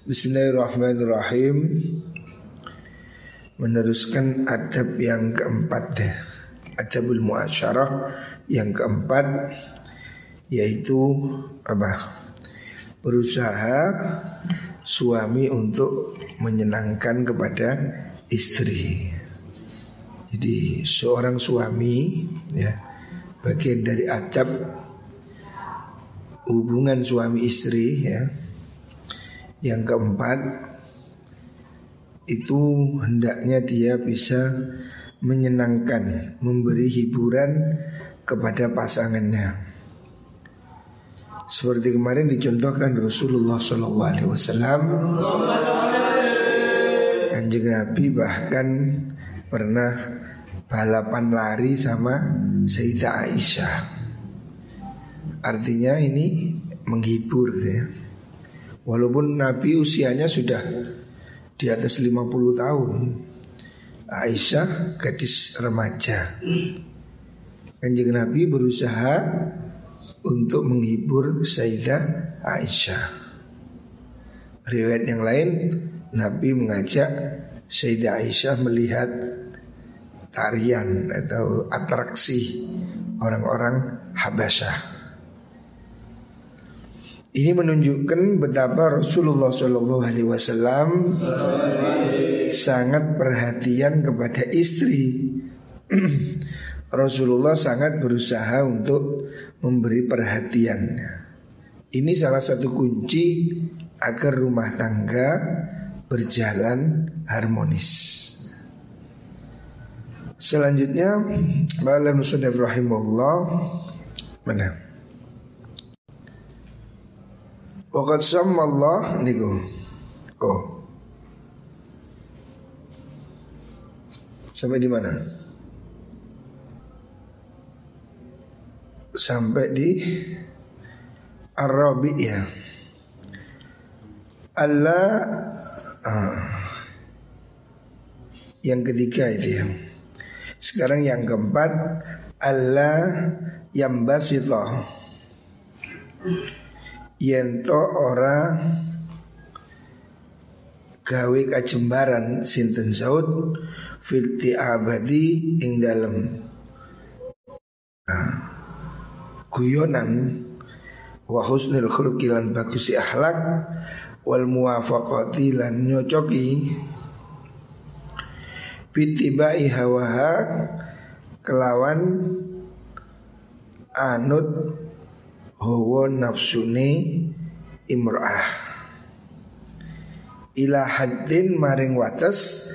Bismillahirrahmanirrahim. Meneruskan adab yang keempat ya. Adabul muasyarah yang keempat, yaitu apa? Berusaha suami untuk menyenangkan kepada istri. Jadi seorang suami ya, bagian dari adab hubungan suami istri ya, yang keempat itu hendaknya dia bisa menyenangkan, memberi hiburan kepada pasangannya. Seperti kemarin dicontohkan Rasulullah SAW, Kanjeng Nabi bahkan pernah balapan lari sama Sayyidah Aisyah. Artinya ini menghibur ya. Walaupun Nabi usianya sudah di atas 50 tahun, Aisyah gadis remaja. Kanjeng Nabi berusaha untuk menghibur Sayyidah Aisyah. Riwayat yang lain, Nabi mengajak Sayyidah Aisyah melihat tarian atau atraksi orang-orang Habasyah. Ini menunjukkan betapa Rasulullah SAW sangat perhatian kepada istri. Rasulullah sangat berusaha untuk memberi perhatian. Ini salah satu kunci agar rumah tangga berjalan harmonis. Selanjutnya, Ba'alam Sunnah rahimahullah, mana? Waqad sammallah niku. Oh. Sampai di mana? Sampai di Ar-Rabi' ya. Allah yang ketiga itu ya. Sekarang yang keempat, Allah yang basitah, yento ora gawe kajembaran sinten saud filti abadi ing dalem guyonan wa husnul khuluqi lan bagusi akhlak wal muwafaqati lan nyocoki fitibai hawaha kelawan anut hawa nafsune imra'ah ila haddin maring wates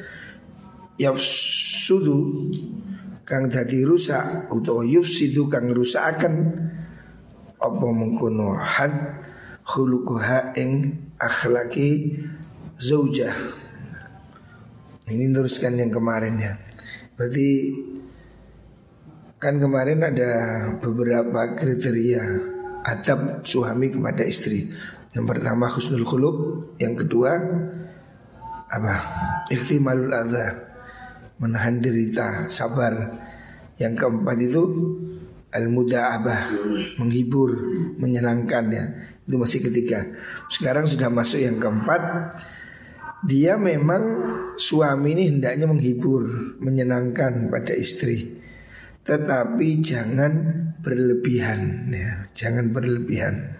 yafsudu kang dadi rusak utawa yufsidu kang rusakaken apa mengkono had khuluquha ing akhlaki zaujah. Ini teruskan yang kemarin ya. Berarti kan kemarin ada beberapa kriteria adab suami kepada istri. Yang pertama husnul khuluq, yang kedua apa? Ikhtimalul adza, menahan derita, sabar. Yang keempat itu al-muda'abah, menghibur, menyenangkan ya. Itu masih ketiga. Sekarang sudah masuk yang keempat. Dia memang suami ini hendaknya menghibur, menyenangkan pada istri, tetapi jangan berlebihan ya, jangan berlebihan.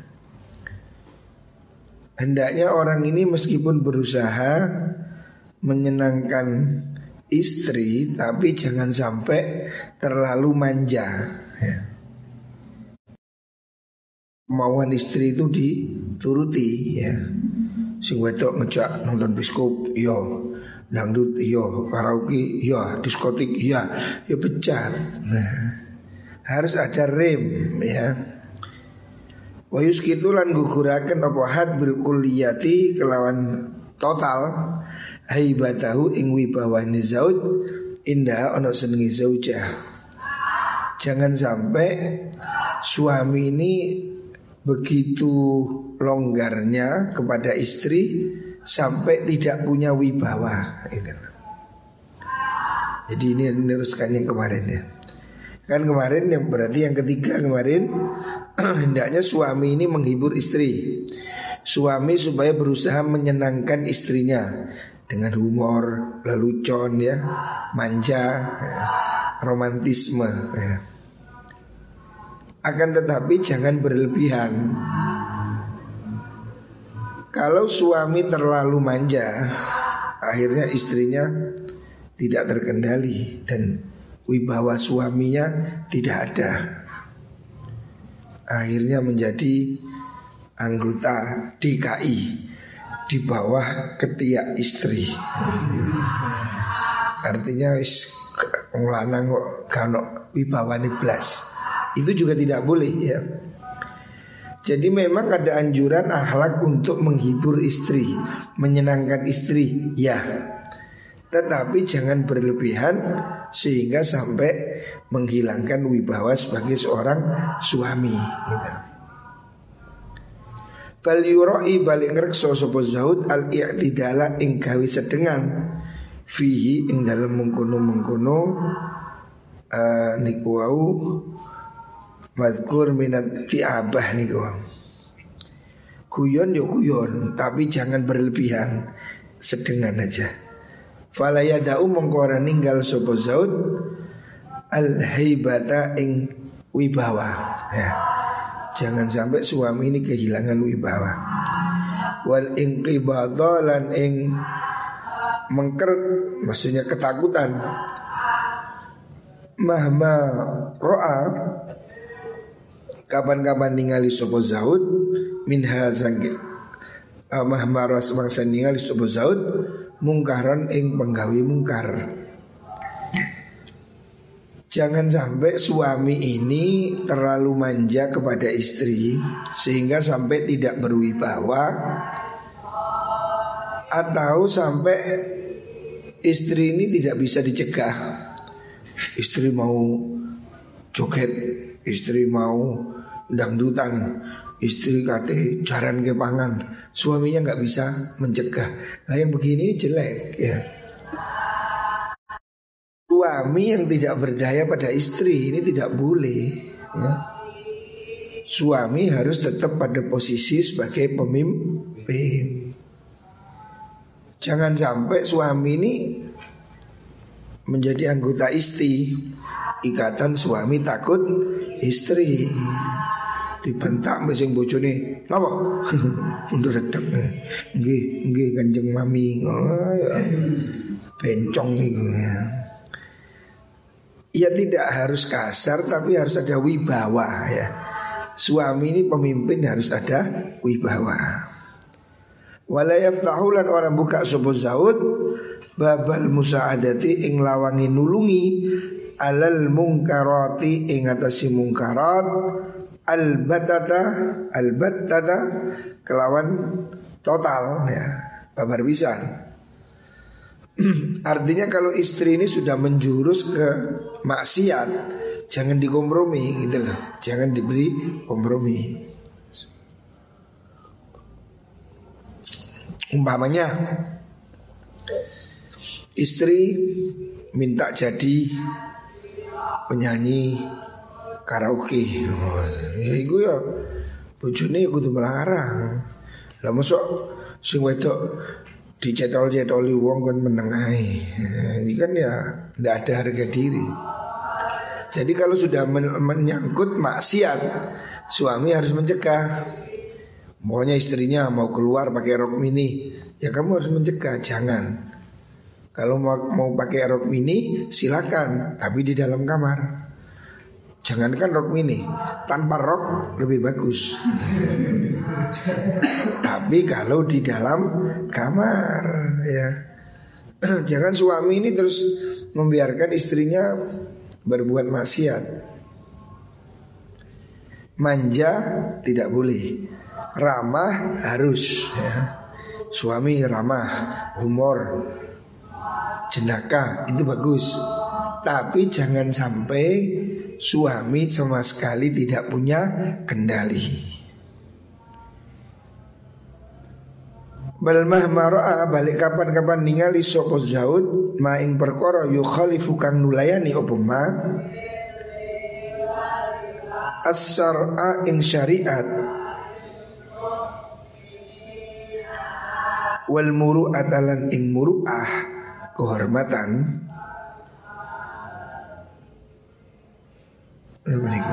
Hendaknya orang ini meskipun berusaha menyenangkan istri, tapi jangan sampai terlalu manja ya. Kemauan istri itu dituruti ya. Sing wedok ngejak nonton bioskop, yo dangdut, yo karaoke, yo diskotik, ya pecah. Nah, harus ada rem ya. Wa yuskitulan guguraken apa had bil kulliyati kelawan total haibatahu ing wibawani zauj indah ono senengi zaujah. Jangan sampai suami ini begitu longgarnya kepada istri sampai tidak punya wibawa itu. Jadi ini meneruskan yang kemarin ya. Kan kemarin yang berarti yang ketiga kemarin hendaknya suami ini menghibur istri suami supaya berusaha menyenangkan istrinya dengan humor, lelucon ya, manja, ya, romantisme ya. Akan tetapi jangan berlebihan. Kalau suami terlalu manja, akhirnya istrinya tidak terkendali dan wibawa suaminya tidak ada. Akhirnya menjadi anggota DKI di bawah ketiak istri. Artinya wis lanang kok kano wibawane blas. Itu juga tidak boleh ya. Jadi memang ada anjuran akhlak untuk menghibur istri, menyenangkan istri ya. Tetapi jangan berlebihan sehingga sampai menghilangkan wibawa sebagai seorang suami gitu. Bal yurai balik ngrekso sapa zaud al i'tidala ing gawe sedengan fihi ing dalem mengkono-mengkono niku wau madkur minat tiabah niku. Guyon yo guyon tapi jangan berlebihan, sedengan aja. Fala yada'u mengkora ninggal sapa zaud al haibata ing wibawa ya. Jangan sampai suami ini kehilangan wibawa. Wal inqibadha lan ing mengker, maksudnya ketakutan. Mahma ro'a, kapan-kapan ningali sapa zaud min hazang mahma ras mangsa ningali sapa zaud mungkaran ing penggawe mungkar. Jangan sampai suami ini terlalu manja kepada istri sehingga sampai tidak berwibawa, atau sampai istri ini tidak bisa dicegah. Istri mau joget, istri mau dangdutan, istri kate jaran ke pangan, suaminya nggak bisa mencegah. Nah yang begini jelek ya. Suami yang tidak berdaya pada istri ini tidak boleh ya. Suami harus tetap pada posisi sebagai pemimpin. Jangan sampai suami ini menjadi anggota istri. Ikatan suami takut istri dibentak mesing bojone. Napa? Mundur redeg. Nggih Kanjeng Mami. Oh, ya. Bencong niku ya. Ya tidak harus kasar tapi harus ada wibawa ya. Suami ini pemimpin harus ada wibawa. Wala yaftahu lan orang buka sapa zaud babal musaadati ing lawangi nulungi alal mungkarati ing atasi mungkarat albattata kelawan total ya, babar pisan. Artinya kalau istri ini sudah menjurus ke maksiat, jangan dikompromi gitu loh. Jangan diberi kompromi. Umpamanya istri minta jadi penyanyi karaoke. Ya iku ya bojone kudu melarang. Lah mosok sing wedok dicetol-cetoli wong kan meneng ae. Ini kan ya tidak ada harga diri. Jadi kalau sudah menyangkut maksiat, suami harus mencegah. Pokoknya istrinya mau keluar pakai rok mini, ya kamu harus mencegah, jangan. Kalau mau pakai rok mini silakan, tapi di dalam kamar. Jangankan rok mini, tanpa rok lebih bagus. Tapi kalau di dalam kamar ya. Jangan suami ini terus membiarkan istrinya berbuat maksiat. Manja tidak boleh, ramah harus ya. Suami ramah, humor, jenaka itu bagus. Tapi jangan sampai suami sama sekali tidak punya kendali. Bal mahmara balik kapan-kapan ningali sapa zaud maing perkara yukhalifu kang nulayani apa ma as-syar'a ing syariat Wal muru'at lan ing muru'ah kehormatan. Apa niku?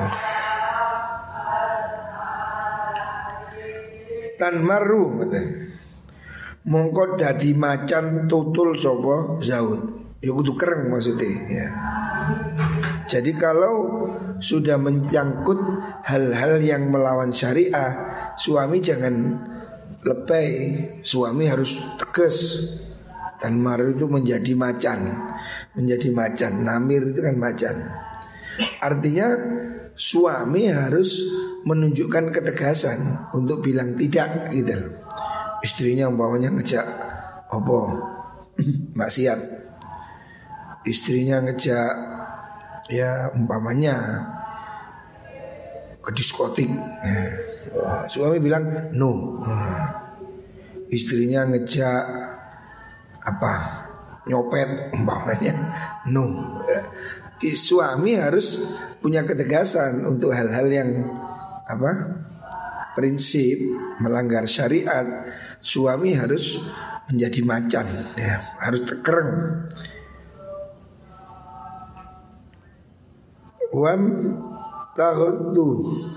Tan maru mongko dadi macan tutul sapa Zaud. Ya kudu kereng maksudnya ya. Jadi kalau sudah menyangkut hal-hal yang melawan syariah, suami jangan lebay, suami harus tegas. Dan maru itu menjadi macan. Menjadi macan, namir itu kan macan. Artinya suami harus menunjukkan ketegasan untuk bilang tidak gitu. Istrinya umpamanya ngejak apa? Maksiat. Istrinya ngejak ya umpamanya ke diskotik. Suami bilang no. Istrinya ngejak apa? Nyopet umpamanya no. Suami harus punya ketegasan untuk hal-hal yang apa? Prinsip melanggar syariat. Suami harus menjadi macan ya, harus tekereng. Wam taghuddu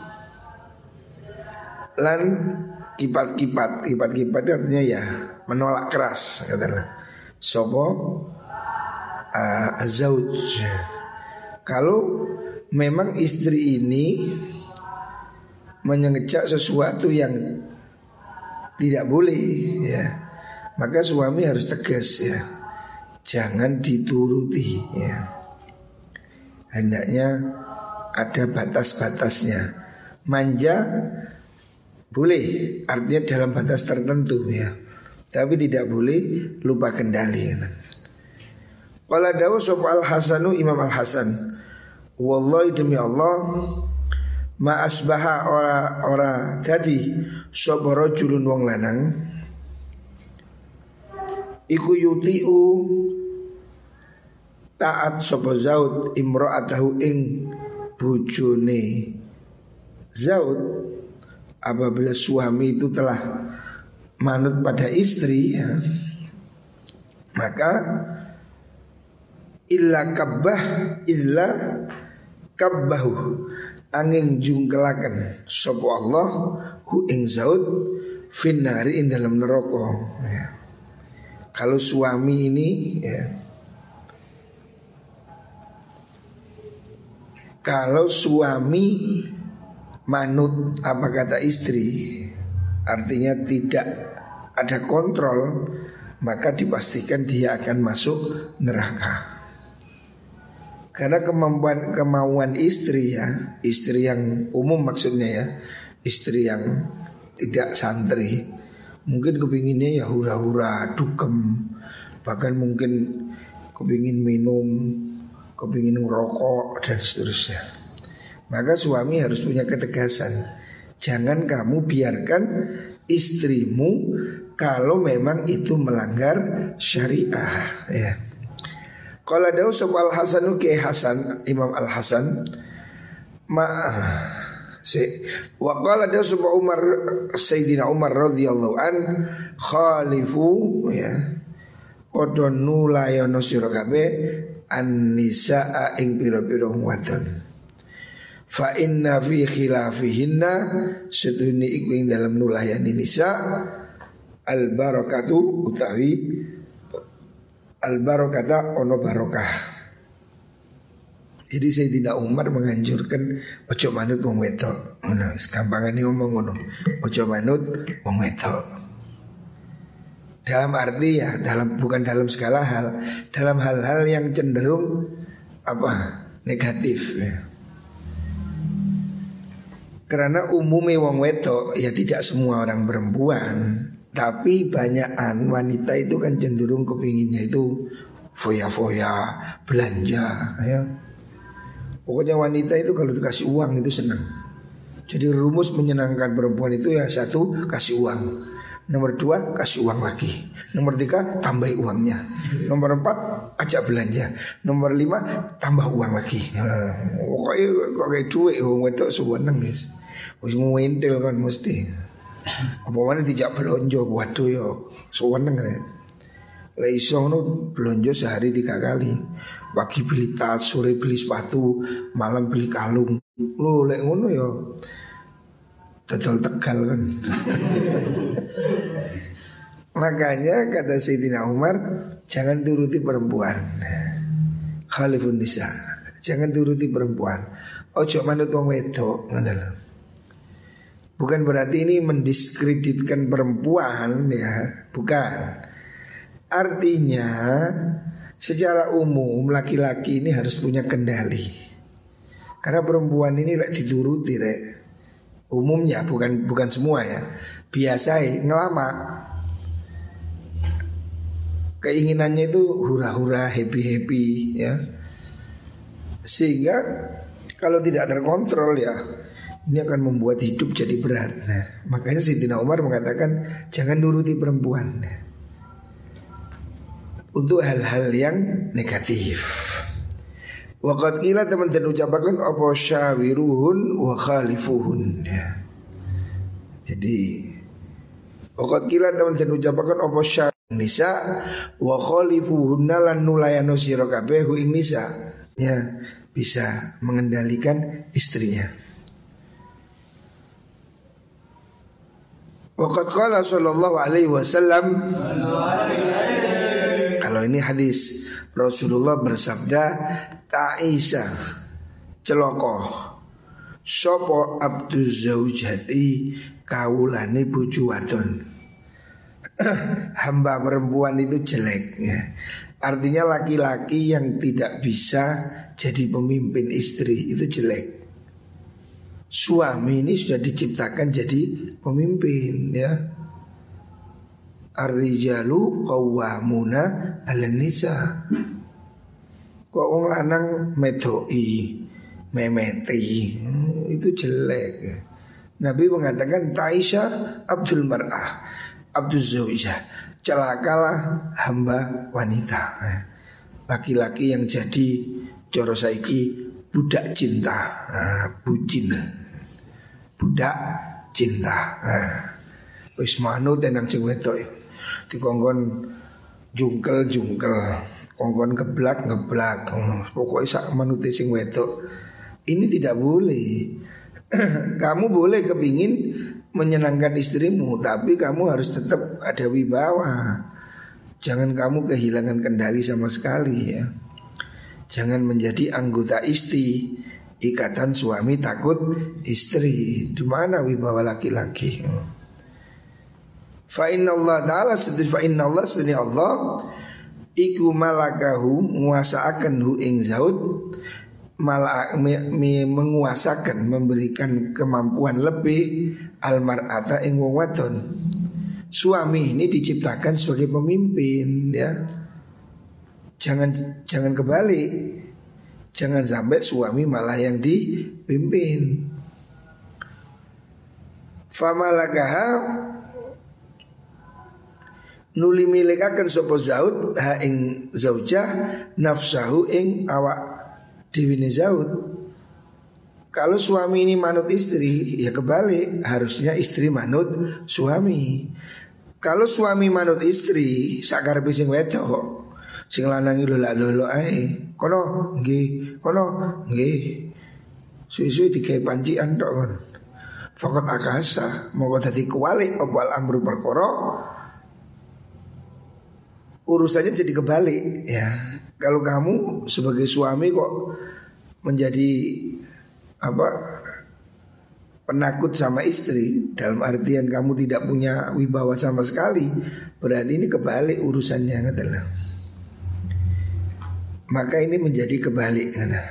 lan kipat-kipat artinya ya menolak keras katakanlah. Sopo azauj. Kalau memang istri ini mengejak sesuatu yang tidak boleh ya, maka suami harus tegas ya. Jangan dituruti ya. Hendaknya ada batas-batasnya. Manja boleh, artinya dalam batas tertentu ya. Tapi tidak boleh lupa kendali. Qala dawu sapa Al-Hasanu Imam Al-Hasan, wallahi demi Allah, ma asbaha ora dadi sapa rajulun wong lanang iku yutiu taat sapa Zaud imra'atahu ing bojone Zaud apabila suami itu telah manut pada istri ya, maka illa kabbahu angin jungkelaken sapa Allah hu ing Zaud finnari ing dalam neraka ya. Kalau suami ini ya, kalau suami manut apa kata istri, artinya tidak ada kontrol, maka dipastikan dia akan masuk neraka. Karena kemauan istri ya, istri yang umum maksudnya ya, istri yang tidak santri, mungkin kepinginnya ya hura-hura, dukem, bahkan mungkin kepingin minum, kepingin ngerokok dan seterusnya. Maka suami harus punya ketegasan. Jangan kamu biarkan istrimu kalau memang itu melanggar syariah ya. Qala dawu sapa Al-Hasanu ki Hasan Imam Al-Hasan wa qala dawu sapa Umar Sayyidina Umar radhiyallahu an khalifu ya padha nulayono sira kabeh an-nisaa ing pira-pira wadon. Fa inna fi khilafihinna sedune iku ing dalam nulayani nisa al barakatu utawi al barakata ono barokah. Jadi Sayyidina Umar menganjurkan ojo manut wong wedok. Ngono, gampangane ngomong ngono. Ojo manut wong wedok. Dalam arti ya, bukan dalam segala hal, dalam hal-hal yang cenderung apa? Negatif ya. Karena umumnya wong wedok ya tidak semua orang perempuan, tapi banyakan wanita itu kan cenderung kepinginnya itu foya-foya, belanja ya. Pokoknya wanita itu kalau dikasih uang itu senang. Jadi rumus menyenangkan perempuan itu ya satu, kasih uang. Nomor dua, kasih uang lagi. Nomor tiga, tambah uangnya. Nomor empat, ajak belanja. Nomor lima, tambah uang lagi. Pokoknya kok kayak duit wong wedok seneng guys. Wis nguentil kan mesti. Apa mana dijak belonjo, waduh yo suweneng kan. Lah iso ngono belonjo sehari 3 kali. Pagi beli tas, sore beli sepatu, malam beli kalung. Lho lek ngono yo total Tegal kan. Makanya kata Sayyidina Umar, jangan turuti perempuan. Khalifun nisa, jangan turuti perempuan. Ojo manut wong wedok, ngono. Bukan berarti ini mendiskreditkan perempuan ya, bukan. Artinya secara umum laki-laki ini harus punya kendali. Karena perempuan ini lek dituruti rek. Umumnya bukan semua ya. Biasa ngelama. Keinginannya itu hura-hura, happy-happy ya. Sehingga kalau tidak terkontrol ya, ini akan membuat hidup jadi berat. Nah, makanya Sayyidina Umar mengatakan jangan nuruti perempuan untuk hal-hal yang negatif. Waqad qila teman-teman ucapakan apa syawiruhun wa khalifuhun ya. Jadi waqad qila teman-teman ucapakan apa syawirun nisa wa khalifuhunna lan nulayano sira kabeh ing nisa ya, bisa mengendalikan istrinya. Waqad qala sallallahu alaihi wasallam, kalau ini hadis Rasulullah bersabda, Ta'isa celoko sopo abduz zaujati kawulane bojo wadon. Hamba perempuan itu jelek ya. Artinya laki-laki yang tidak bisa jadi pemimpin istri itu jelek. Suami ini sudah diciptakan jadi pemimpin ya. Ar-rijalu qawwamuna 'alan nisa. Kok wong lanang medoi, memeti, itu jelek. Nabi mengatakan Ta'isha abdul mar'ah, abdul zaujah, celakalah hamba wanita. Laki-laki yang jadi coro saiki budak cinta, bucin, budak cinta. Wis manut nang sing wedok dikongkon jungkel-jungkel, kongkon geblak, pokoknya sak manute sing wedok. Ini tidak boleh. Kamu boleh kepingin menyenangkan istrimu, tapi kamu harus tetap ada wibawa. Jangan kamu kehilangan kendali sama sekali ya. Jangan menjadi anggota istri, ikatan suami takut istri. Di mana wibawa laki-laki? Fa inna Allah ta'ala sedih Allah iku malakahu menguasakan hu ing zaud, menguasakan, memberikan kemampuan lebih almar'ata ing wong wadon. Suami ini diciptakan sebagai pemimpin ya. Jangan kebalik. Jangan sampai suami malah yang dipimpin. Famalakaha nuli milikaken sapa zaud ha ing zaujah nafsahu ing awak diwine zaud. Kalau suami ini manut istri, ya kebalik, harusnya istri manut suami. Kalau suami manut istri, sakarepe sing wedok, sing lanang iki lho ae. Kono nggih. Suwi-suwi digawe pancikan tok kon. Fakat akasa, moko dadi kuwalik opal amru perkara. Urusannya jadi kebalik ya. Kalau kamu sebagai suami kok menjadi penakut sama istri, dalam artian kamu tidak punya wibawa sama sekali, berarti ini kebalik urusannya katalah. Maka ini menjadi kebalik kata.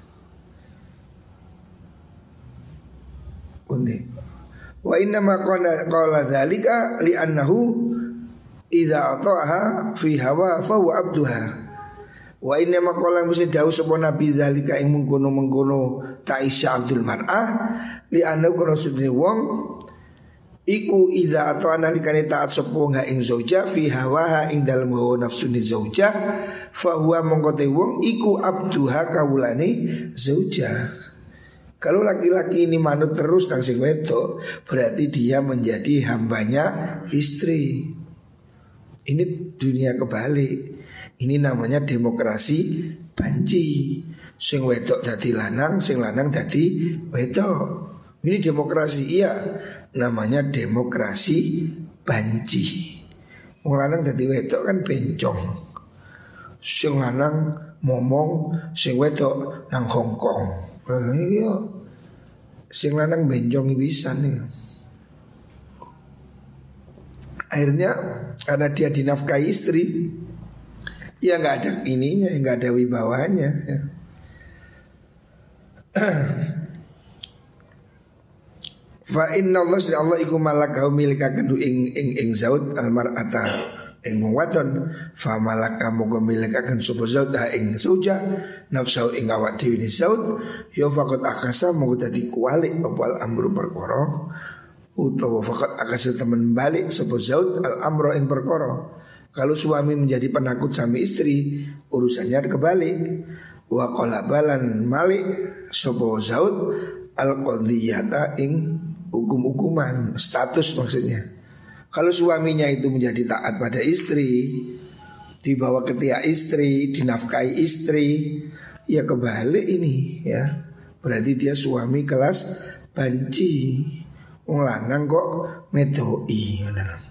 Wa inna ma qala dzalika li annahu idza ata'aha fi hawa fa huwa abduha. Wa inna maqalan mesti dawuh sapa nabi zalika ing mengkono-mengkono Ta'isha abdul mar'ah li anna rasulune wong iku idza ata'ana likane taat sapa nga ing zauja fi hawa ing dalem hawa nafsune zauja fa huwa mongko te wong iku abduha kawulane zauja. Kalau laki-laki ini manut terus nang sing wedok, berarti dia menjadi hambanya istri. Ini dunia kebalik. Ini namanya demokrasi banci. Sing wedok dadi lanang, sing lanang dadi wedok. Ini demokrasi, iya. Namanya demokrasi banci. Wong lanang dadi wedok kan bencong. Sing lanang momong, sing wedok nang Hongkong. Iya, sing lanang bencong bisa nih. Akhirnya karena dia dinafkahi istri, ya nggak ada ininya, nggak ada wibawanya. Ya. Fa inna Allah iku malakahu milikaken ing zaud almar'ata ing wadon fa malaka moga milikaken sapa zaud ing zauja nafsu ing awak dhewe ni zaud ya faqat akasa moga dadi kualik apa al amru perkara utawa faqat akasa temen balik sapa zaud al amru ing perkara. Kalau suami menjadi penakut sama istri, urusannya kebalik. Wa qalabalan malik sapa zaud al qadiyata ing hukum-hukuman, status maksudnya. Kalau suaminya itu menjadi taat pada istri, dibawa ke tiak istri, dinafkahi istri, ya kebalik ini ya. Berarti dia suami kelas banci. Wong lanang kok medoi.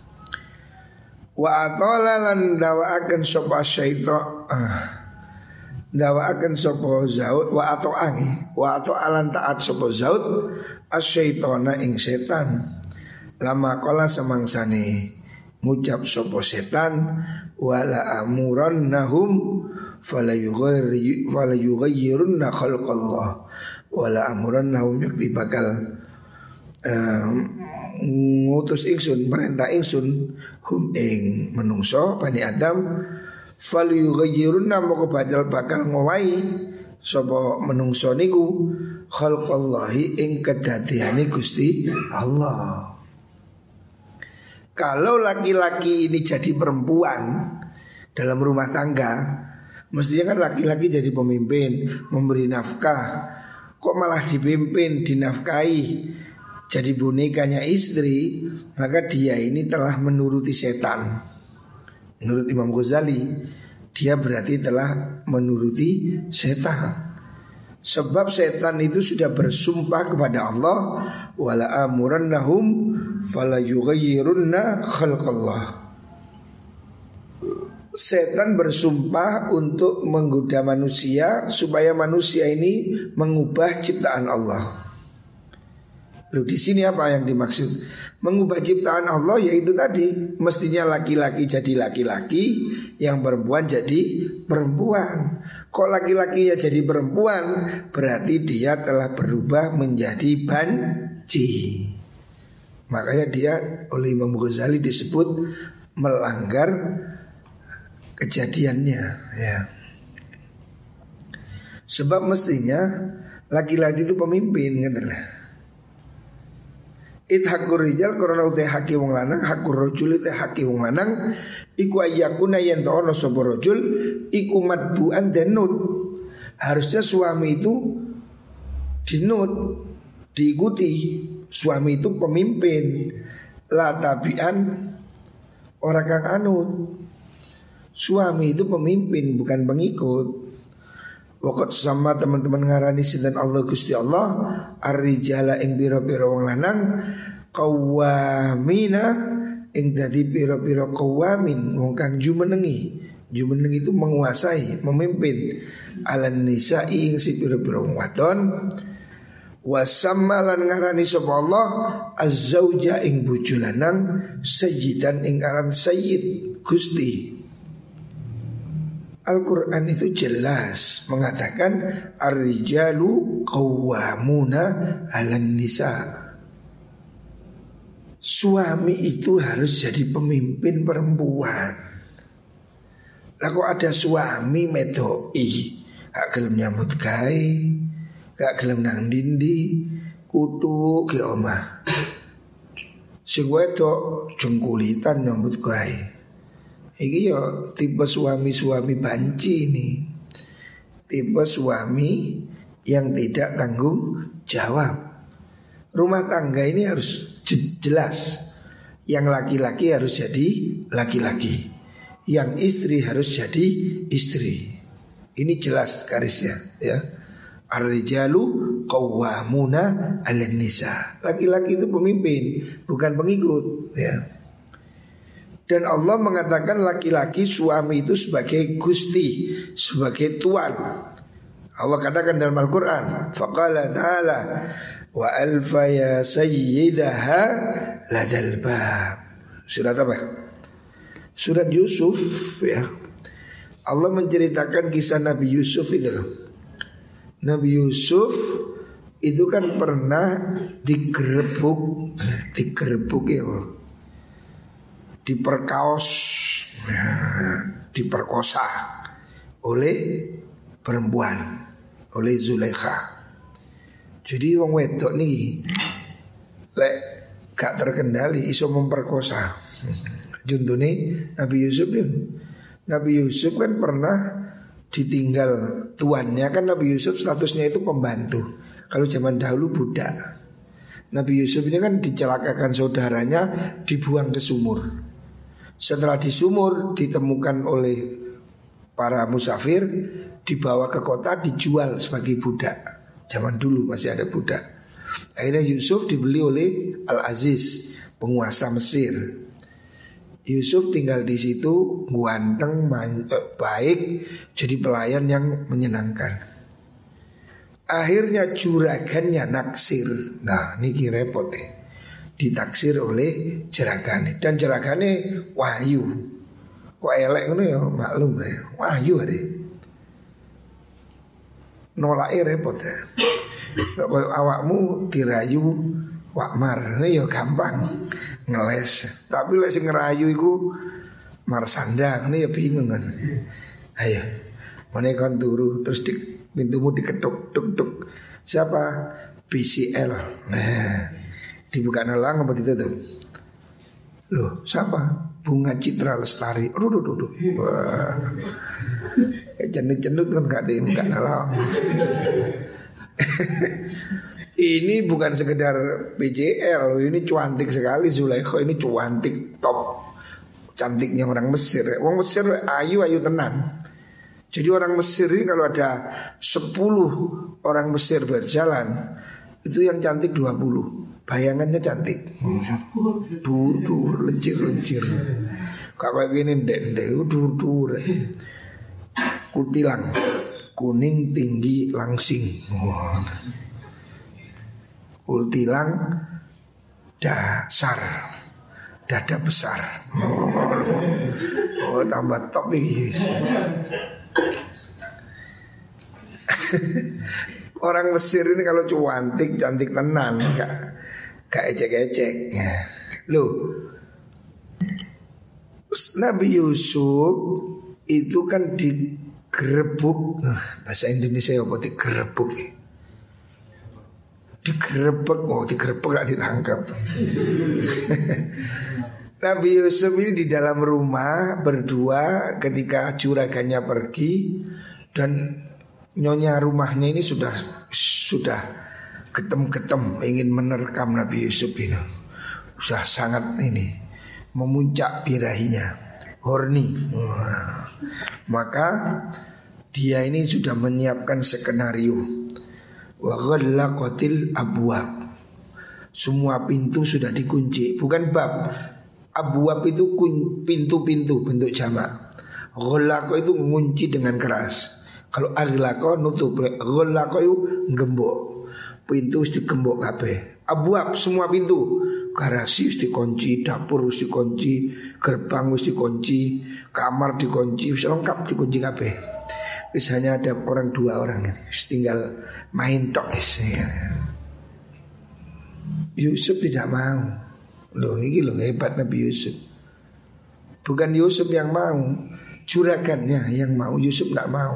Wa atala lan dawaaken sapa syaitan. Dawaaken sapa zaud wa atoangi. Wa atoalan taat sapa zaud asyaitona ing setan. Lama kola semangsane ngucap sopo setan wala amurannahum fala yughayyirunna khalqallah wala amurannahum yakti bakal ngutus ingsun perintah ingsun hum ing menungso Bani Adam fal yughayyirunna moko bakal ngowahi sopo menungso niku khalqallahi ing kedadiane Gusti Allah. Kalau laki-laki ini jadi perempuan dalam rumah tangga, mestinya kan laki-laki jadi pemimpin, memberi nafkah. Kok malah dipimpin, dinafkahi, jadi bonekanya istri, maka dia ini telah menuruti setan. Menurut Imam Ghazali, dia berarti telah menuruti setan. Sebab setan itu sudah bersumpah kepada Allah, wala amurannahum fala yughayyirunna khalqallah. Setan bersumpah untuk menggoda manusia supaya manusia ini mengubah ciptaan Allah. Loh, di sini apa yang dimaksud? Mengubah ciptaan Allah yaitu tadi, mestinya laki-laki jadi laki-laki, yang perempuan jadi perempuan. Kok laki-laki ya jadi perempuan, berarti dia telah berubah menjadi banci. Makanya dia oleh Imam Ghazali disebut melanggar kejadiannya ya. Sebab mestinya laki-laki itu pemimpin katanya. Hakur rijal karena utai haki wong lanang, hakur rojul utai haki wong lanang, iku ayakuna yen ta'ono sopo rojul, iku matbu'an denut. Harusnya suami itu dinut, diikuti. Suami itu pemimpin, la tabi'an orang kang anut. Suami itu pemimpin bukan pengikut. Waktu sama teman-teman ngarani sinten Allah Gusti Allah ar-rijala ing biro-biro wong lanang qawwamina ing dadi biro-biro qawamin wong kang jumenengi. Jumeneng itu menguasai, memimpin alan nisa'i ing si biro-biro wong wadon. Wasamma lan ngarani sapa Allah az-zauja ing bojo lanang sayyidan ing aran sayyid Gusti. Al-Quran itu jelas mengatakan ar-rijalu qawwamuna 'alan nisa. Suami itu harus jadi pemimpin perempuan. Lah kok ada suami medoi, gak gelem nyambut gawe, gak gelem nang dindi, kutu ke omah. Sing wedok jengkulitan nyambut gawe. Iki ya tipe suami-suami banci ini. Tipe suami yang tidak tanggung jawab. Rumah tangga ini harus jelas. Yang laki-laki harus jadi laki-laki, yang istri harus jadi istri. Ini jelas garisnya ya. Ar-rijalu qawwamuna 'alan nisa. Laki-laki itu pemimpin, bukan pengikut ya. Dan Allah mengatakan laki-laki suami itu sebagai gusti, sebagai tuan. Allah katakan dalam Al-Qur'an, faqala ta'ala wa alfa ya sayyidaha ladal bab. Surat apa? Surat Yusuf ya. Allah menceritakan kisah Nabi Yusuf itu. Nabi Yusuf itu kan pernah digerebek ya, diperkaos ya, diperkosa oleh perempuan, oleh Zulaikha. Jadi wong wedok nih lek gak terkendali iso memperkosa. Contohnya Nabi Yusuf nih. Nabi Yusuf kan pernah ditinggal tuannya, kan Nabi Yusuf statusnya itu pembantu. Kalau zaman dahulu budak. Nabi Yusuf ini kan dicelakakan saudaranya, dibuang ke sumur. Setelah di sumur ditemukan oleh para musafir, dibawa ke kota, dijual sebagai budak. Zaman dulu masih ada budak. Akhirnya Yusuf dibeli oleh Al-Aziz, penguasa Mesir. Yusuf tinggal di situ, ganteng, baik, jadi pelayan yang menyenangkan. Akhirnya juragannya naksir. Nah ini repot ya. Ditaksir oleh jeragane. Dan jeragane wahyu. Kok elek ngono ya, maklum ya. Wahyu ada. Nolaknya repot ya. Awakmu dirayu wakmar, ini ya gampang ngeles. Tapi lek sing ngerayu iku Marsanda, ini ya bingung kan. Ayo, mana kon turu terus pintumu diketuk tuk tuk. Siapa? BCL. Nah, dibuka nelang apa ditutup? Loh, siapa? Bunga Citra Lestari. Aduh. Wah. Cenut-cenut kan gak dibuka nelang. Ini bukan sekedar BCL, ini cantik sekali Zulaikha, ini cantik top. Cantiknya orang Mesir. Orang Mesir ayu tenan. Jadi orang Mesir ini kalau ada 10 orang Mesir berjalan, itu yang cantik 20. Bayangannya cantik. Dur, lencir. Kayak gini ndek, dur. Kutilang, kuning tinggi langsing. Kultilang dasar, dada besar. Oh tambah top ini. Orang Mesir ini kalau cantik tenan, gak ecek-ecek. Loh, Nabi Yusuf itu kan digerebek. Bahasa Indonesia apa digerebek? Digerebek gak ditangkap. Nabi Yusuf ini di dalam rumah berdua ketika juragannya pergi, dan nyonya rumahnya ini sudah ketem ingin menerkam Nabi Yusuf itu. Sudah sangat ini memuncak birahinya, horny. Maka dia ini sudah menyiapkan skenario. Wa ghallaqatil abwab. Semua pintu sudah dikunci, bukan bab. Abwab itu pintu-pintu bentuk jamak. Ghallaqa itu mengunci dengan keras. Kalau aghlaqa nutup, ghallaqa itu gembok. Pintu mesti gembok kabeh. Abwab semua pintu. Garasi mesti dikunci, dapur mesti dikunci, gerbang mesti dikunci, kamar dikunci, wis lengkap dikunci kabeh. Wis hanya ada orang 2 orang ini, tinggal main tok ya. Yusuf tidak mau. Loh ini loh hebat Nabi Yusuf. Bukan Yusuf yang mau, juragannya yang mau. Yusuf tidak mau.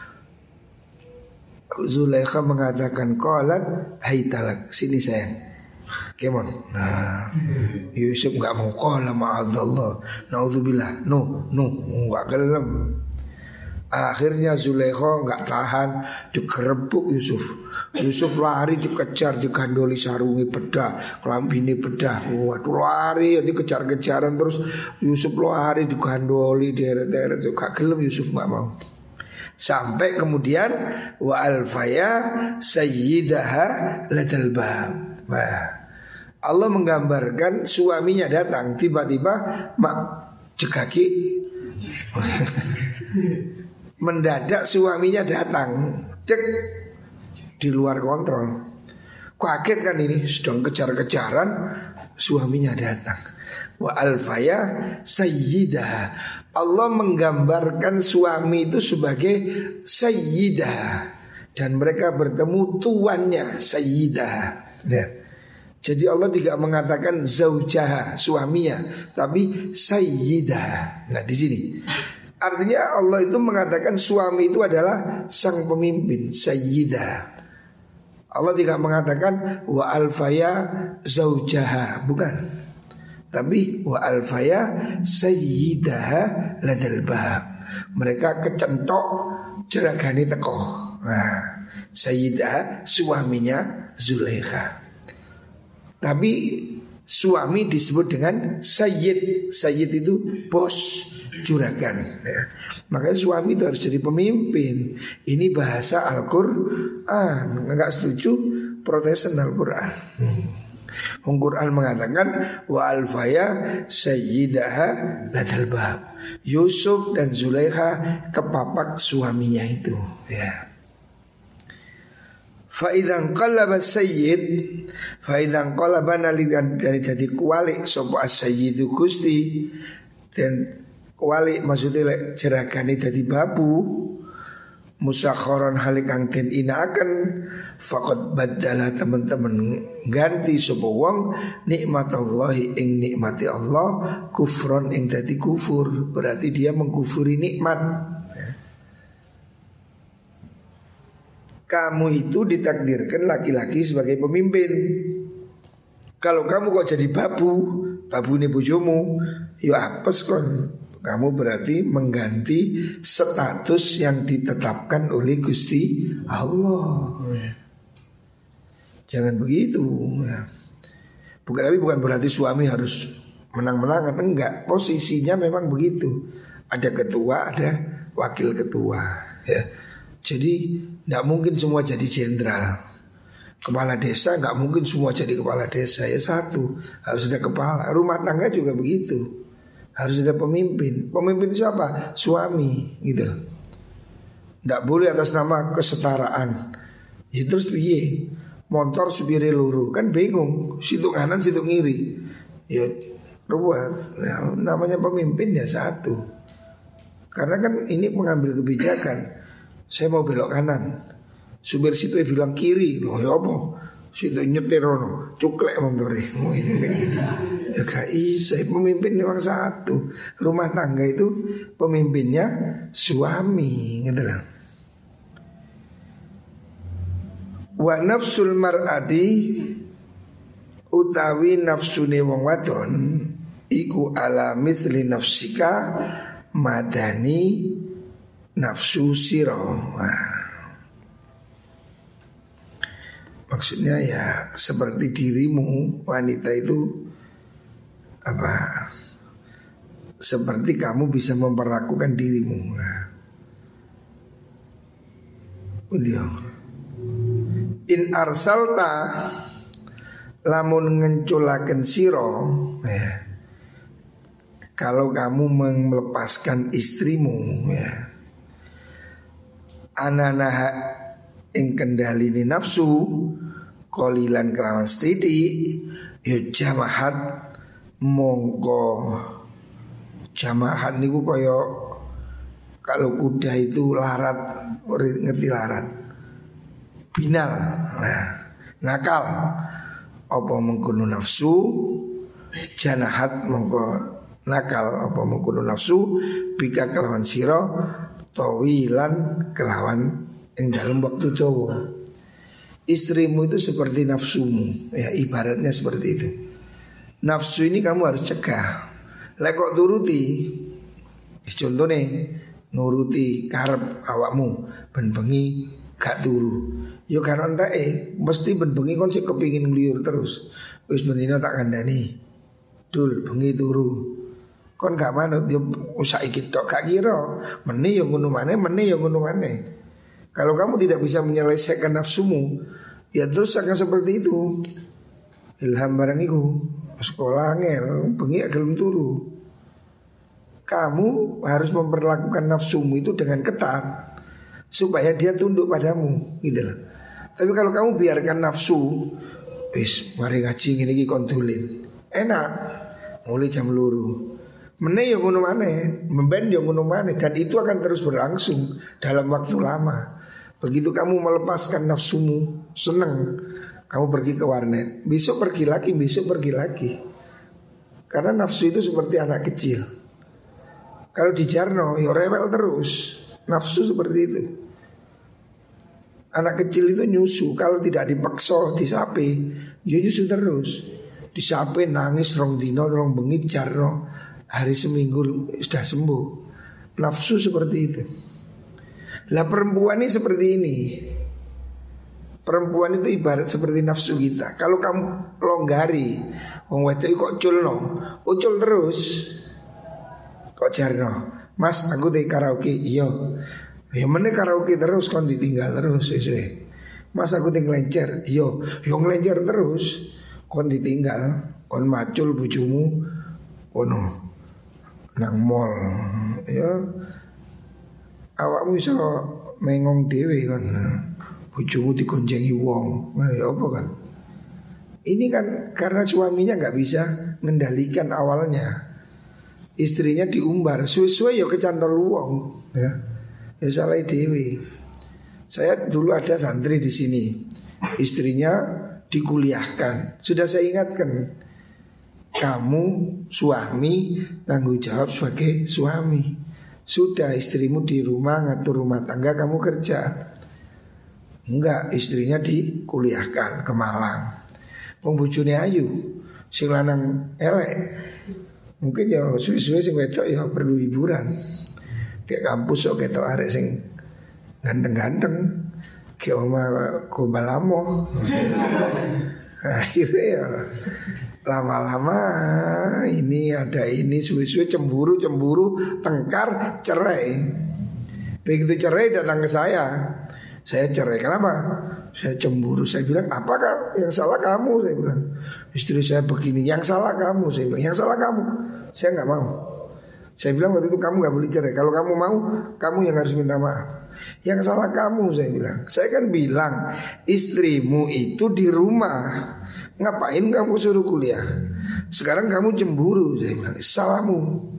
Zulaikha mengatakan qalat haytalak, sini sayang. Kemon. Nah, Yusuf enggak mau, qala ma'adzallah. Nauzubillah. No, enggak gelem. Akhirnya Zulaikha nggak tahan, digerebek Yusuf. Yusuf lari dikejar, digandoli sarungi bedah, kelambine bedah. Waduh lari, dikejar-kejaran terus Yusuf lari digandoli deret-deret. Gak gelem Yusuf nggak mau. Sampai kemudian wa alfaya sayyidaha ladal bab. Allah menggambarkan suaminya datang, tiba-tiba mak cekaki mendadak suaminya datang, cek di luar kontrol. Kaget kan ini, sedang kejar-kejaran, suaminya datang. Wa alfaya sayyidah. Allah menggambarkan suami itu sebagai sayyidah, dan mereka bertemu tuannya sayyidah. Ya. Jadi Allah tidak mengatakan zaujaha suaminya, tapi sayyidah. Nah di sini artinya Allah itu mengatakan suami itu adalah sang pemimpin, sayyidah. Allah tidak mengatakan wa alfaya zaujaha, bukan. Tapi wa alfaya sayyidaha ladal bab. Mereka kecentok jeragani teko. Nah, sayyidah suaminya Zulaikha. Tapi suami disebut dengan sayyid. Sayyid itu bos, juragan ya. Makanya suami itu harus jadi pemimpin. Ini bahasa Al-Quran. Enggak setuju protesan Al-Quran. Al-Quran mengatakan wa alfaya sayyidaha ladal bab. Yusuf dan Zulaikha kepapak suaminya itu ya. Fa'idhan qalaba sayyid, fa'idhan qalaba nalikan dari jadi kualik sopa as-sayyidu gusti. Dan kualik maksudnya jeragani dari babu, musakharon halikang den inaaken, faqad badala teman-teman ganti sopa wong nikmatallahi ing nikmati Allah, kufron ing dadi kufur. Berarti dia mengkufuri nikmat. Kamu itu ditakdirkan laki-laki sebagai pemimpin. Kalau kamu kok jadi babu ini bojomu, ya apes kon. Kamu berarti mengganti status yang ditetapkan oleh Gusti Allah. Jangan begitu ya. Bukan berarti suami harus menang-menangan. Enggak, posisinya memang begitu. Ada ketua, ada wakil ketua ya. Jadi tidak mungkin semua jadi jenderal. Kepala desa nggak mungkin semua jadi kepala desa. Ya satu, harus ada kepala. Rumah tangga juga begitu, harus ada pemimpin. Pemimpin siapa? Suami gitu. Tidak boleh atas nama kesetaraan. Ya terus piye? Motor supirnya luru kan bingung, situ kanan situ ngiri. Ya ruwet. Nah, namanya pemimpin ya satu. Karena kan ini mengambil kebijakan. Saya mau belok kanan, supir situ bilang kiri. Loh ya apa? Situ nyetir no, cuklek motornya. Oh ini begini. Ya gak bisa, pemimpin memang satu. Rumah tangga itu pemimpinnya suami, gitu lah. Wa nafsul mar'ati utawi nafsune wong wadon iku ala mithli nafsika madani nafsu siro. Maksudnya ya seperti dirimu wanita itu apa? Seperti kamu bisa memperlakukan dirimu. In arsalta lamun ngenculaken siro ya. Kalau kamu melepaskan istrimu ya, ananaha ing kendalini nafsu kolilan kelawan stidi ya jamahat mongko. Jamahat niku kaya kalau kuda itu larat, ngerti larat, binal, nah, nakal. Apa mengkono nafsu janahat mongko nakal apa mengkono nafsu bika kelawan sira tawilan kelawan ing dalam waktu dawa. Istrimu itu seperti nafsumu ya, ibaratnya seperti itu. Nafsu ini kamu harus cegah. Lek kok turuti, contohnya nuruti karep awakmu ben bengi gak turu. Yo kan ontake mesti ben bengi kon sik kepingin ngliur terus. Wis bendina tak kandhani. Dul bengi turu. Kon gak manut yo saiki tok gak kira. Meni yo ngono maneh, meni yo ngono maneh. Kalau kamu tidak bisa menyelesaikan nafsumu, ya terus akan seperti itu. Ilham barang iku sekolah angel bengi gelem turu. Kamu harus memperlakukan nafsumu itu dengan ketat supaya dia tunduk padamu, gitu loh. Tapi kalau kamu biarkan nafsu, wis mari ngaji ngene iki kontulin. Enak. Mulai jam luru. Meneh yo ngono maneh, memben yo ngono maneh dan itu akan terus berlangsung dalam waktu lama. Begitu kamu melepaskan nafsumu, seneng, kamu pergi ke warnet, besok pergi lagi, besok pergi lagi. Karena nafsu itu seperti anak kecil. Kalau di Jarno, ya rewel terus. Nafsu seperti itu. Anak kecil itu nyusu. Kalau tidak dipaksa, disape, dia nyusu terus. Disape, nangis, rong dino, rong bengi, Jarno. Hari seminggu sudah sembuh. Nafsu seperti itu. Lah perempuan ini seperti ini. Perempuan itu ibarat seperti nafsu kita. Kalau kamu longgari, wong wedok kok culno, ucul terus. Kok Jarno, Mas aku di karaoke. Iya. Ya meneh karaoke terus kon ditinggal terus sesuai. Mas aku di ngelencer. Iya. Yo ngelencer terus. Kon ditinggal, kon macul bojomu ono nang mall. Ya. Awakmu iso mengong dhewe kon. Bojomu digonjengi wong. Ya apa kan? Ini kan karena suaminya nggak bisa mengendalikan awalnya. Istrinya diumbar, suwe-suwe ya kecantol wong, ya. Ya salah dewi. Saya dulu ada santri di sini, istrinya dikuliahkan. Sudah saya ingatkan, kamu suami tanggung jawab sebagai suami. Sudah istrimu di rumah ngatur rumah tangga, kamu kerja. Enggak, istrinya dikuliahkan ke Malang. Wong bojone ayu, sing lanang elek. Mungkin ya suwe-suwe sing wedok ya perlu hiburan. Kayak kampus kok ketok arek sing ganteng-ganteng, kayak oma Kombalamo. Akhirnya ya lama-lama ini ada ini suwe-suwe cemburu, tengkar, cerai. Begitu cerai datang ke saya cerai. Kenapa? Saya cemburu. Saya bilang, apakah yang salah kamu? Saya bilang, istri saya begini. Yang salah kamu? Saya bilang, yang salah kamu. Saya nggak mau. Saya bilang waktu itu kamu nggak boleh cerai. Kalau kamu mau, kamu yang harus minta maaf. Yang salah kamu, saya bilang. Saya kan bilang, istrimu itu di rumah. Ngapain kamu suruh kuliah? Sekarang kamu cemburu. Saya bilang, salahmu.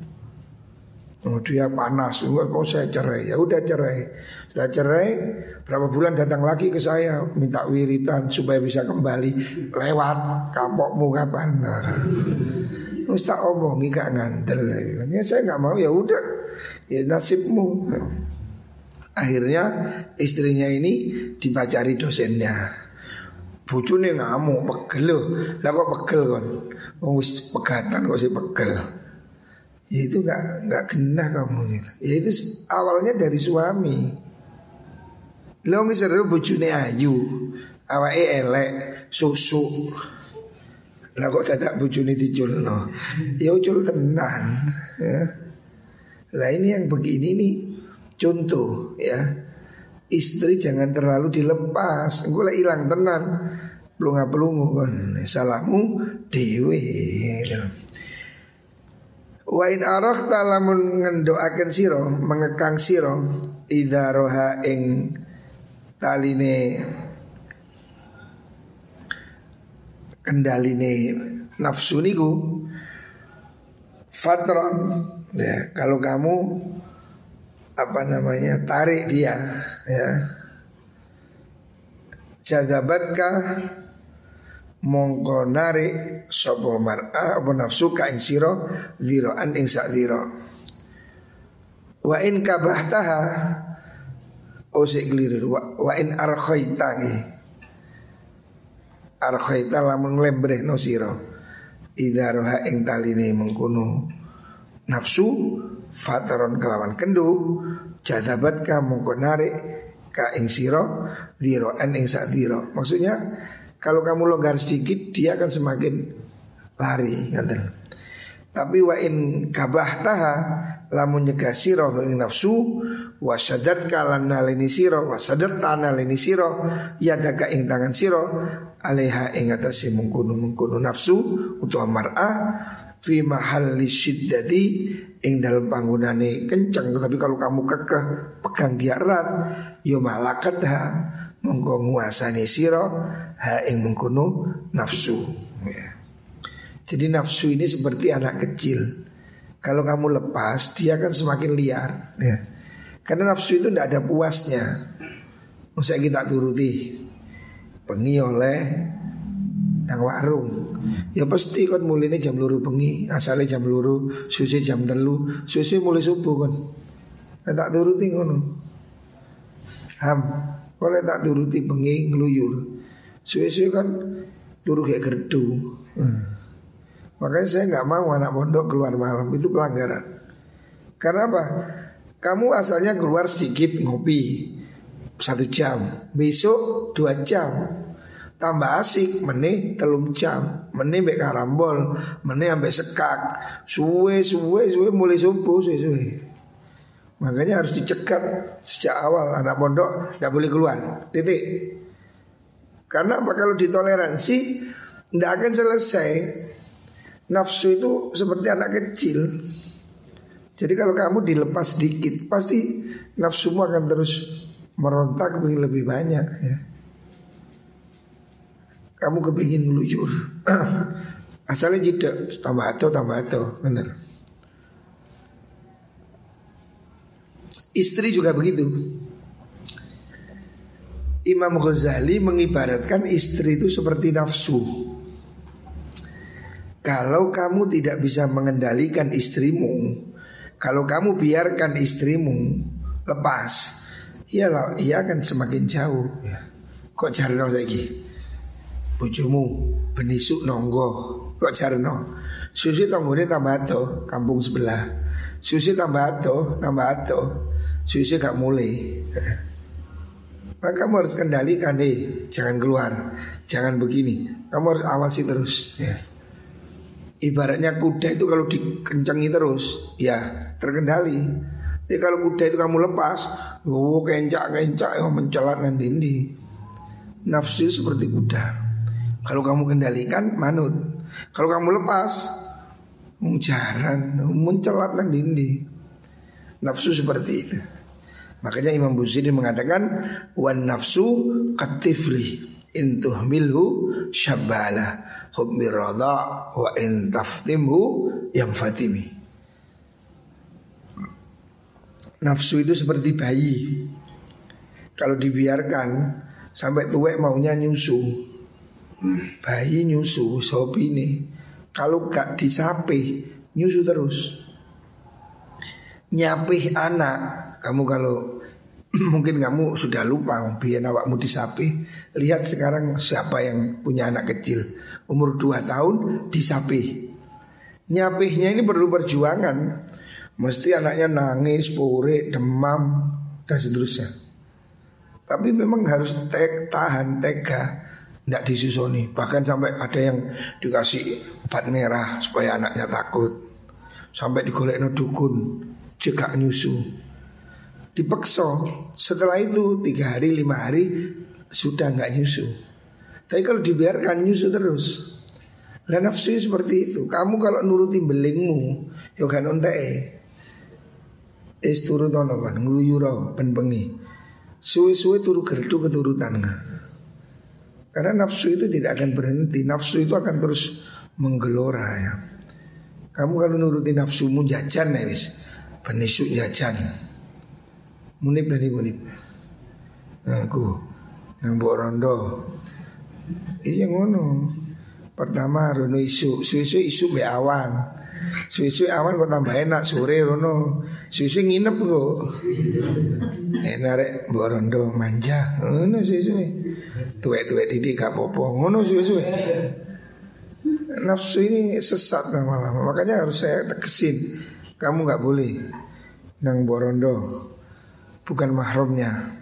Oh, dia panas, mau saya cerai. Ya udah cerai. Setelah cerai, berapa bulan datang lagi ke saya minta wiritan supaya bisa kembali. Lewat kapokmu kapan? Terus tak omongi gak ngandel. Ya saya nggak mau, ya udah, ya nasibmu. Akhirnya istrinya ini dipacari dosennya. Bojone ngamuk, pegel loh. Lah kok pegel kon? Wis pegatan kok sih pegel. Ya itu nggak kena kamu. Ya itu awalnya dari suami. Lo ngeseru bojone ayu, awake elek, susu. Lah kok dadak bojone diculno. Ya ucul tenan, ya. Lah ini yang begini nih contoh ya. Istri jangan terlalu dilepas. Engko lek ilang tenan. Pelunga-pelungu kon. Salahmu dhewe. Wa in arakhta lamun ngendoaken sira, mengekang sira idza roha ing taline kendaline nafsu niku fatron ya, kalau kamu tarik dia ya, jazabatka mongko narik sapa mar'a apa nafsu ka ing sira dziraan ing sak dzira. Wa in kabahtaha osik keliru. Wa in arkhaita arkhaita lamun nglembrehno sira idza roha ing taline mengkono nafsu fataron kelawan kendu, jadabat ka mongko narik ka ing sira dhiroan ing sak dhiro. Maksudnya kalau kamu longgar sedikit dia akan semakin lari, ngoten. Tapi wa in kabahtaha lamun nyegah sira ing nafsu wasadat kalan nalini sira wasadat tanalini sira yadaka ing tangan sira alaiha ing atase mengkono nafsu utawa mar'ah fi mahalli syiddati ing dalem panggonane kenceng. Tapi kalau kamu kekeh pegang dia erat ya malakat ha monggo nguasani sira ha ing mengkono nafsu ya. Jadi nafsu ini seperti anak kecil. Kalau kamu lepas dia akan semakin liar ya. Karena nafsu itu tidak ada puasnya. Masa kita turuti bengi oleh nang warung ya pasti kan mulainya jam 2 bengi, asalnya jam 2, susu jam 3, susu mulai subuh kan. Tak turuti ngono. Kalau tak turuti bengi ngeluyur, susu kan turu kayak gerdu. Makanya saya nggak mau anak pondok keluar malam, itu pelanggaran. Karena apa? Kamu asalnya keluar sedikit ngopi 1 jam, besok 2 jam, tambah asik meneh 3 jam, meneh mbek karambol, meneh ambek sekak, suwe mulai subuh suwe. Makanya harus dicegat sejak awal anak pondok tidak boleh keluar, titik. Karena apa? Kalau ditoleransi tidak akan selesai. Nafsu itu seperti anak kecil. Jadi kalau kamu dilepas sedikit pasti nafsumu akan terus merontak lebih banyak ya. Kamu kepingin ngelujur asalnya tidak tambah atau benar. Istri juga begitu. Imam Ghazali mengibaratkan istri itu seperti nafsu. Kalau kamu tidak bisa mengendalikan istrimu, kalau kamu biarkan istrimu lepas, ia akan semakin jauh ya. Kok jarno saiki bojomu benisuk nonggo, kok jarno susu tonggone tambah ato kampung sebelah, susu tambah ato susu gak mulai. Maka kamu harus kendalikan jangan keluar, jangan begini, kamu harus awasi terus ya. Ibaratnya kuda itu kalau dikencengi terus ya terkendali. Jadi kalau kuda itu kamu lepas, kencak mencelat nanti. Nafsu seperti kuda. Kalau kamu kendalikan manut. Kalau kamu lepas, jaran mencelat nanti. Nafsu seperti itu. Makanya Imam Busiri mengatakan wan nafsu katifli intuhmilhu syabbalah hubbi radha wa in taftimhu yang fatimi. Nafsu itu seperti bayi. Kalau dibiarkan sampai tua maunya nyusu. Bayi nyusu sopi nih. Kalau gak disapi nyusu terus. Nyapih anak. Kamu kalau mungkin kamu sudah lupa biar awakmu disapi. Lihat sekarang siapa yang punya anak kecil umur 2 tahun disapih. Nyapihnya ini perlu perjuangan. Mesti anaknya nangis, pore, demam dan seterusnya. Tapi memang harus tahan, tega, tidak disusoni. Bahkan sampai ada yang dikasih obat merah supaya anaknya takut. Sampai digolekno dukun juga nyusu. Dipeksa. Setelah itu 3 hari 5 hari sudah nggak nyusu. Tapi kalau dibiarkan nyusu terus. Lah nafsu seperti itu. Kamu kalau nuruti belingmu, ya kan ontek. Turut ono kan ngluyuro ben bengi. Suwe-suwe turu gerdu keturutan. Karena nafsu itu tidak akan berhenti. Nafsu itu akan terus menggelora ya. Kamu kalau nuruti nafsumu jajan ya wis. Ben isuk jajan. Munib. Aku nang mbok rondo. Iya ngono. Pertama rono isu mbek awan. Suwe-suwe awan kok tambah enak sore rono. Suwe-suwe nginep kok. Enak rek mbok rondo manja. Ngono suwe-suwe. Tuwek-tuwek didik gak apa-apa. Ngono suwe-suwe. Nafsu ini sesat lama-lama. Makanya harus saya tegesin. Kamu gak boleh nang Borondo, bukan mahramnya.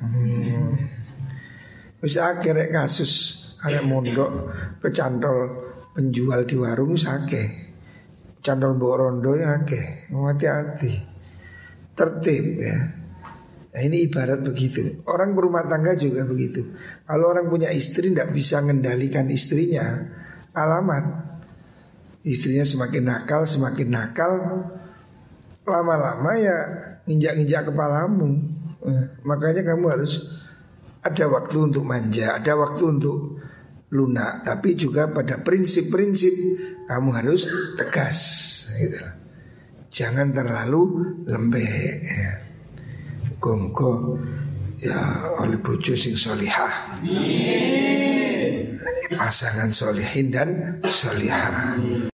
Wis akhirnya kasus arek mondok kecantol penjual di warung akeh. Cantol Borondo ya akeh. Hati-hati. Tertib ya. Nah ini ibarat begitu. Orang berumah tangga juga begitu. Kalau orang punya istri tidak bisa mengendalikan istrinya, alamat istrinya semakin nakal, lama-lama ya nginjak-nginjak kepalamu. Makanya kamu harus ada waktu untuk manja, ada waktu untuk lunak, tapi juga pada prinsip-prinsip kamu harus tegas gitu. Jangan terlalu lembek ya. Muga-muga ya oleh bojo sing solihah, pasangan solihin dan solihah.